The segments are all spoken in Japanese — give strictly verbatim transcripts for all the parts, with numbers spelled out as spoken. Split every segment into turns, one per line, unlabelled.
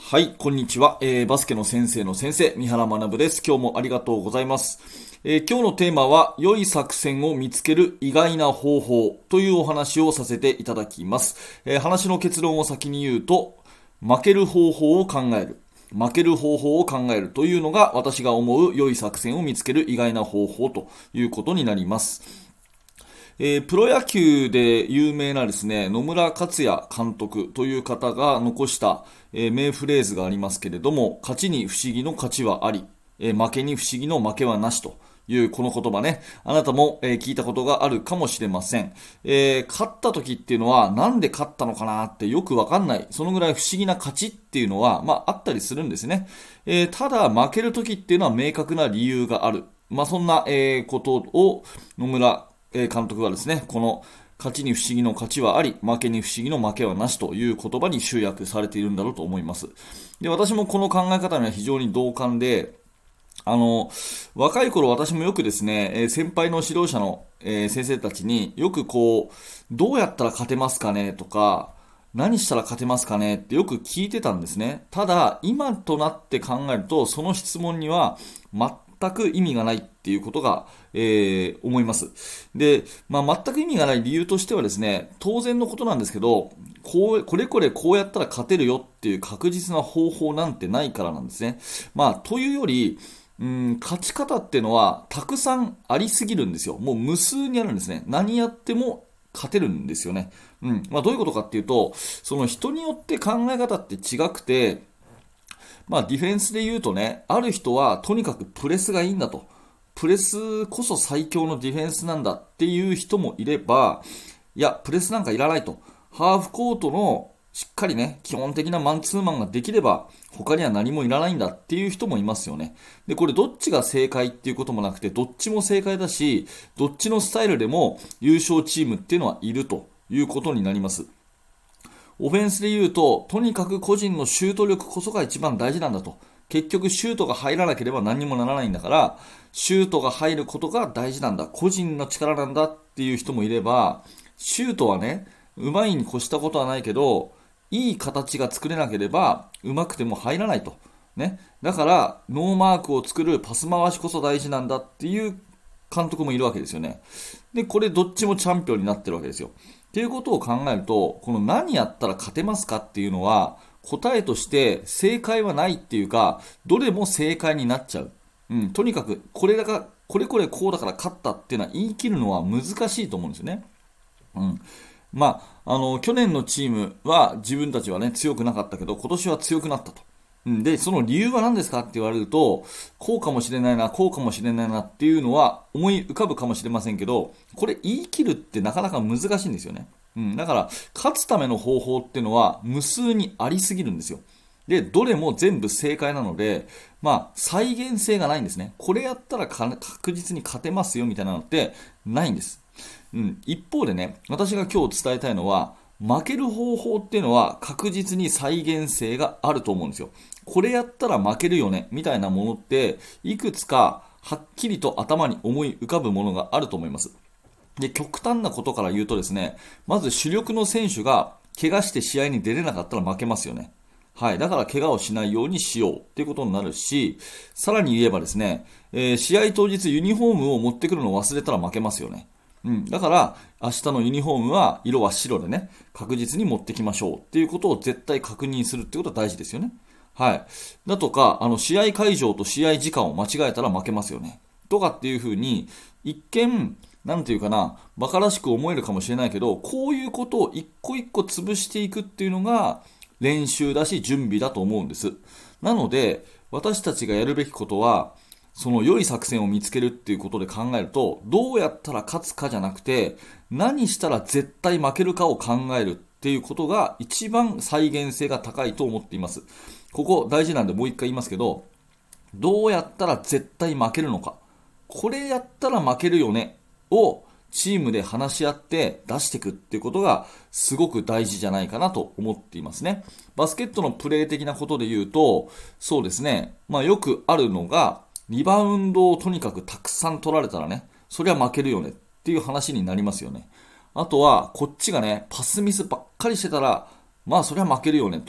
はい、こんにちは、えーバスケの先生の先生、三原学です。今日もありがとうございます。えー今日のテーマは、良い作戦を見つける意外な方法というお話をさせていただきます。えー話の結論を先に言うと、負ける方法を考える。負ける方法を考えるというのが私が思う良い作戦を見つける意外な方法ということになります。えープロ野球で有名なですね、野村克也監督という方が残した、えー名フレーズがありますけれども、勝ちに不思議の勝ちはあり、えー負けに不思議の負けはなしというこの言葉ね、あなたも、えー聞いたことがあるかもしれません。えー勝った時っていうのはなんで勝ったのかなってよくわかんない。そのぐらい不思議な勝ちっていうのは、まああったりするんですね。えーただ負ける時っていうのは明確な理由がある。まあそんな、えーことを野村えー監督はですね、この勝ちに不思議の勝ちはあり、負けに不思議の負けはなしという言葉に集約されているんだろうと思います。で、私もこの考え方には非常に同感で、あの、若い頃私もよくですね、えー先輩の指導者の、えー先生たちによくこう、どうやったら勝てますかねとか、何したら勝てますかねってよく聞いてたんですね。ただ、今となって考えると、その質問には全く意味がないっていうことが、えー思います。で、まあ、全く意味がない理由としてはですね、当然のことなんですけど、こう、これこれこうやったら勝てるよっていう確実な方法なんてないからなんですね。まあ、というより、うん、勝ち方っていうのはたくさんありすぎるんですよ。もう無数にあるんですね。何やっても勝てるんですよね。うん。まあ、どういうことかっていうと、その人によって考え方って違くて、まあ、ディフェンスで言うとね、ある人はとにかくプレスがいいんだと。プレスこそ最強のディフェンスなんだっていう人もいれば、いや、プレスなんかいらないと。ハーフコートのしっかりね、基本的なマンツーマンができれば、他には何もいらないんだっていう人もいますよね。で、これどっちが正解っていうこともなくて、どっちも正解だし、どっちのスタイルでも優勝チームっていうのはいるということになります。オフェンスで言うと、とにかく個人のシュート力こそが一番大事なんだと。結局シュートが入らなければ何にもならないんだから、シュートが入ることが大事なんだ。個人の力なんだっていう人もいれば、シュートはね、うまいに越したことはないけど、いい形が作れなければ、うまくても入らないと。ね。だから、ノーマークを作るパス回しこそ大事なんだっていう監督もいるわけですよね。で、これどっちもチャンピオンになってるわけですよ。っていうことを考えると、この何やったら勝てますかっていうのは、答えとして正解はないっていうか、どれも正解になっちゃう。うん、とにかく、これだか、これこれこうだから勝ったっていうのは言い切るのは難しいと思うんですよね。うん。まあ、あの、去年のチームは自分たちはね、強くなかったけど、今年は強くなったと。うんで、その理由は何ですかって言われると、こうかもしれないな、こうかもしれないなっていうのは思い浮かぶかもしれませんけど、これ言い切るってなかなか難しいんですよね。うん、だから、勝つための方法っていうのは無数にありすぎるんですよ。で、どれも全部正解なので、まあ、再現性がないんですね。これやったらか確実に勝てますよみたいなのってないんです。うん、一方でね、私が今日伝えたいのは、負ける方法っていうのは確実に再現性があると思うんですよ。これやったら負けるよね、みたいなものって、いくつかはっきりと頭に思い浮かぶものがあると思います。で、極端なことから言うとですね、まず主力の選手が怪我して試合に出れなかったら負けますよね。はい。だから怪我をしないようにしようっていうことになるし、さらに言えばですね、えー試合当日ユニフォームを持ってくるのを忘れたら負けますよね。うん。だから、明日のユニフォームは色は白でね、確実に持ってきましょうっていうことを絶対確認するってことは大事ですよね。はい。だとか、あの、試合会場と試合時間を間違えたら負けますよね。とかっていうふうに、一見、なんていうかな、馬鹿らしく思えるかもしれないけど、こういうことを一個一個潰していくっていうのが練習だし準備だと思うんです。なので、私たちがやるべきことは、その良い作戦を見つけるっていうことで考えると、どうやったら勝つかじゃなくて、何したら絶対負けるかを考えるっていうことが一番再現性が高いと思っています。ここ大事なんでもう一回言いますけど、どうやったら絶対負けるのか。これやったら負けるよねをチームで話し合って出していくっていうことがすごく大事じゃないかなと思っていますね。バスケットのプレー的なことで言うと、そうですね。まあよくあるのが、リバウンドをとにかくたくさん取られたらね、そりゃ負けるよねっていう話になりますよね。あとは、こっちがね、パスミスばっかりしてたら、まあそりゃ負けるよねと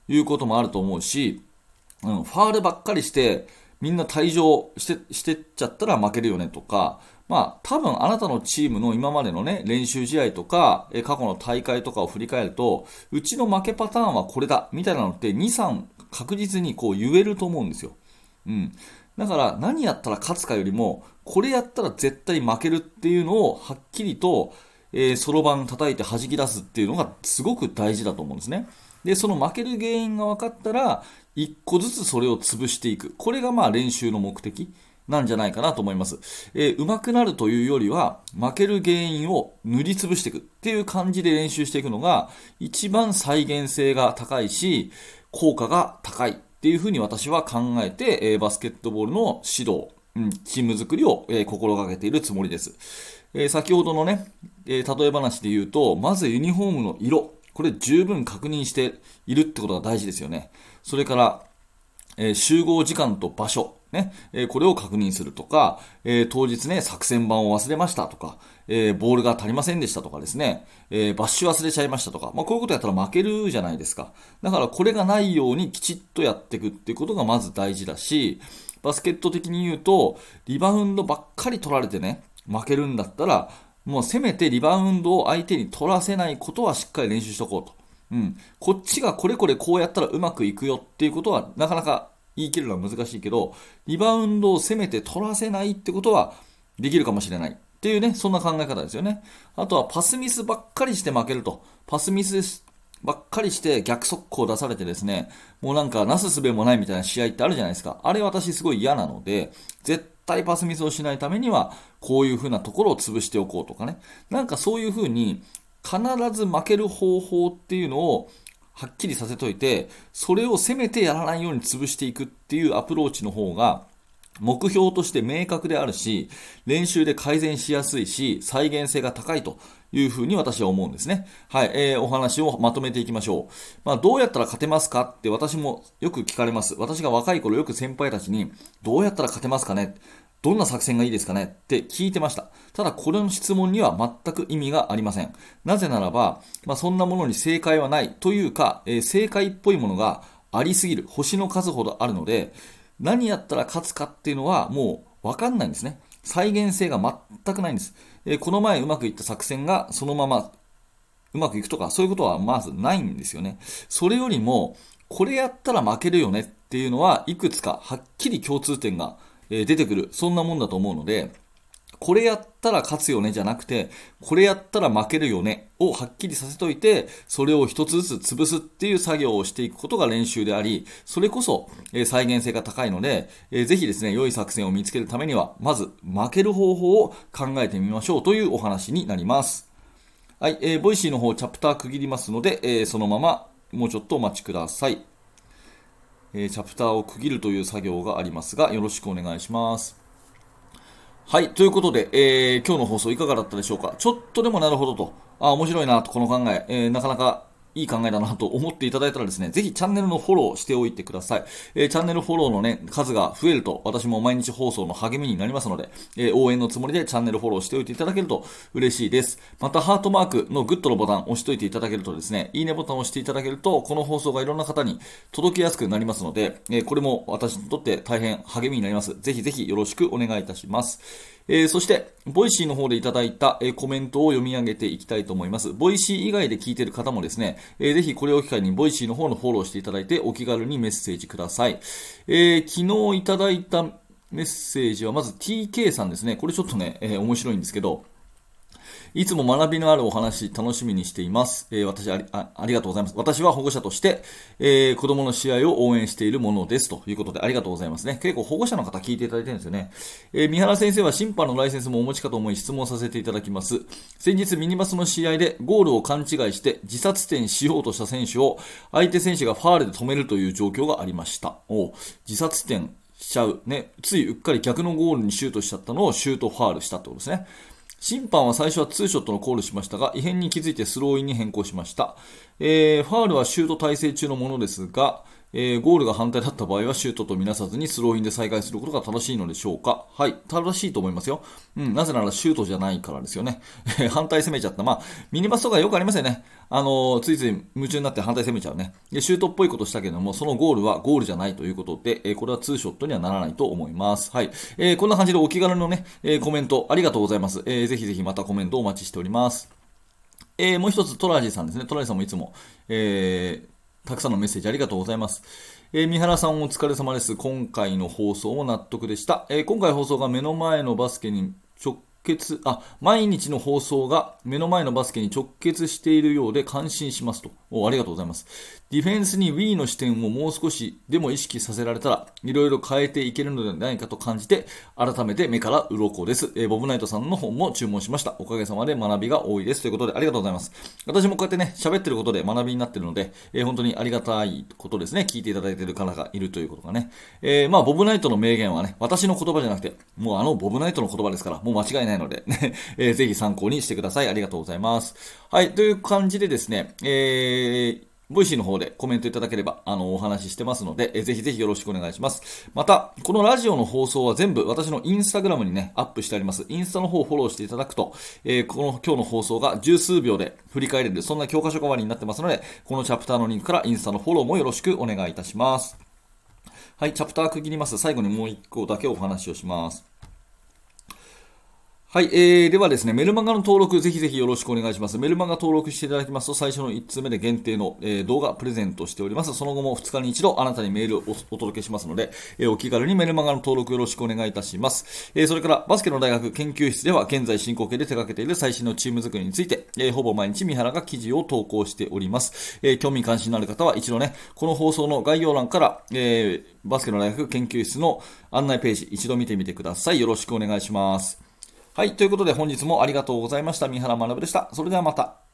いうこともあると思うし、うん、ファールばっかりしてみんな退場してしてっちゃったら負けるよねとか、まあ多分あなたのチームの今までのね練習試合とかえ過去の大会とかを振り返ると、うちの負けパターンはこれだみたいなのってに、さん確実にこう言えると思うんですよ。うん。だから何やったら勝つかよりも、これやったら絶対負けるっていうのをはっきりとそろばん叩いて弾き出すっていうのがすごく大事だと思うんですね。で、その負ける原因が分かったら、一個ずつそれを潰していく。これがまあ練習の目的なんじゃないかなと思います。えー、上手くなるというよりは、負ける原因を塗りつぶしていくっていう感じで練習していくのが、一番再現性が高いし、効果が高いっていうふうに私は考えて、えー、バスケットボールの指導、うん、チーム作りを、えー、心がけているつもりです。えー、先ほどのね、えー、例え話で言うと、まずユニフォームの色、これ十分確認しているってことが大事ですよね。それから、えー、集合時間と場所、ね、えー、これを確認するとか、えー、当日ね、作戦版を忘れましたとか、えー、ボールが足りませんでしたとかですね、えー、バッシュ忘れちゃいましたとか、まあ、こういうことやったら負けるじゃないですか。だからこれがないようにきちっとやっていくっていうことがまず大事だし、バスケット的に言うと、リバウンドばっかり取られてね、負けるんだったら、もうせめてリバウンドを相手に取らせないことはしっかり練習しとこうと。うん。こっちがこれこれこうやったらうまくいくよっていうことはなかなか言い切るのは難しいけど、リバウンドをせめて取らせないってことはできるかもしれないっていうね、そんな考え方ですよね。あとはパスミスばっかりして負けると。パスミスばっかりして逆速攻出されてですね、もうなんかなすすべもないみたいな試合ってあるじゃないですか。あれ私すごい嫌なので、絶対パスミスをしないためには、こういう風なところを潰しておこうとかね。なんかそういう風に、必ず負ける方法っていうのを、はっきりさせといて、それをせめてやらないように潰していくっていうアプローチの方が、目標として明確であるし、練習で改善しやすいし、再現性が高いというふうに私は思うんですね。はい、えー、お話をまとめていきましょう。まあ、どうやったら勝てますかって私もよく聞かれます。私が若い頃よく先輩たちに、どうやったら勝てますかね、どんな作戦がいいですかねって聞いてました。ただこれの質問には全く意味がありません。なぜならば、まあ、そんなものに正解はないというか、えー、正解っぽいものがありすぎる。星の数ほどあるので、何やったら勝つかっていうのはもう分かんないんですね。再現性が全くないんです。えー、この前うまくいった作戦がそのままうまくいくとか、そういうことはまずないんですよね。それよりも、これやったら負けるよねっていうのはいくつかはっきり共通点が出てくる。そんなもんだと思うので、これやったら勝つよねじゃなくて、これやったら負けるよねをはっきりさせといて、それを一つずつ潰すっていう作業をしていくことが練習であり、それこそ、えー、再現性が高いので、えー、ぜひですね、良い作戦を見つけるためには、まず負ける方法を考えてみましょうというお話になります。はい、えー、ボイシーの方チャプター区切りますので、えー、そのままもうちょっとお待ちください。えー、チャプターを区切るという作業がありますが、よろしくお願いします。はい。ということで、えー、今日の放送いかがだったでしょうか。ちょっとでもなるほどと、あ、面白いなと、この考え、えー、なかなかいい考えだなと思っていただいたらですね、ぜひチャンネルのフォローしておいてください。えー、チャンネルフォローのね、数が増えると、私も毎日放送の励みになりますので、えー、応援のつもりでチャンネルフォローしておいていただけると嬉しいです。また、ハートマークのグッドのボタンを押しておいていただけるとですね、いいねボタンを押していただけると、この放送がいろんな方に届きやすくなりますので、えー、これも私にとって大変励みになります。ぜひぜひよろしくお願いいたします。えー、そして、ボイシーの方でいただいた、えー、コメントを読み上げていきたいと思います。ボイシー以外で聞いている方もですね、えー、ぜひこれを機会にボイシーの方のフォローしていただいてお気軽にメッセージください。えー、昨日いただいたメッセージはまず ティーケー さんですね。これちょっとね、えー、面白いんですけど、いつも学びのあるお話楽しみにしています。えー、私ありあ、ありがとうございます。私は保護者として、えー、子供の試合を応援しているものです。ということでありがとうございますね。結構保護者の方聞いていただいてるんですよね。えー、三原先生は審判のライセンスもお持ちかと思い質問させていただきます。先日ミニバスの試合でゴールを勘違いして自殺点しようとした選手を相手選手がファールで止めるという状況がありました。お自殺点しちゃう。ね。ついうっかり逆のゴールにシュートしちゃったのをシュートファールしたってことですね。審判は最初はツーショットのコールしましたが、異変に気づいてスローインに変更しました。えー、ファールはシュート体制中のものですが、 えー、ゴールが反対だった場合はシュートとみなさずにスローインで再開することが正しいのでしょうか。はい、正しいと思いますよ。うん、なぜならシュートじゃないからですよね。反対攻めちゃった。まあ、ミニバスとかよくありますよね。あのー、ついつい夢中になって反対攻めちゃうね。で、シュートっぽいことしたけども、そのゴールはゴールじゃないということで、えー、これはツーショットにはならないと思います。はい。えー、こんな感じでお気軽のね、えー、コメントありがとうございます。えー、ぜひぜひまたコメントお待ちしております。えー、もう一つトラジさんですね。トラジさんもいつも、えー、たくさんのメッセージありがとうございます。えー、三原さんお疲れ様です。今回の放送も納得でした。えー、今回放送が目の前のバスケに直結、あ、毎日の放送が目の前のバスケに直結しているようで感心しますと。お、ありがとうございます。ディフェンスに Wii の視点をもう少しでも意識させられたら、いろいろ変えていけるのではないかと感じて、改めて目から鱗です。えー、ボブナイトさんの本も注文しました。おかげさまで学びが多いです。ということでありがとうございます。私もこうやってね、喋ってることで学びになっているので、えー、本当にありがたいことですね。聞いていただいている方がいるということがね。えー、まあ、ボブナイトの名言はね、私の言葉じゃなくて、もうあのボブナイトの言葉ですから、もう間違いないので、ねえー、ぜひ参考にしてください。ありがとうございます。はい、という感じでですね、えー、ボイシーの方でコメントいただければ、あの、お話ししてますので、えー、ぜひぜひよろしくお願いします。また、このラジオの放送は全部私のインスタグラムにね、アップしてあります。インスタの方をフォローしていただくと、えー、この今日の放送が十数秒で振り返れる、そんな教科書代わりになってますので、このチャプターのリンクからインスタのフォローもよろしくお願いいたします。はい、チャプター区切ります。最後にもう一個だけお話をします。はい、えー、ではですね、メルマガの登録、ぜひぜひよろしくお願いします。メルマガ登録していただきますと、最初のいちつうめで限定の、えー、動画プレゼントしております。その後もふつかに一度あなたにメールを お, お届けしますので、えー、お気軽にメルマガの登録よろしくお願いいたします。えー、それからバスケの大学研究室では現在進行形で手掛けている最新のチーム作りについて、えー、ほぼ毎日三原が記事を投稿しております。えー、興味関心のある方は一度ね、この放送の概要欄から、えー、バスケの大学研究室の案内ページ一度見てみてください。よろしくお願いします。はい。ということで本日もありがとうございました。三原学でした。それではまた。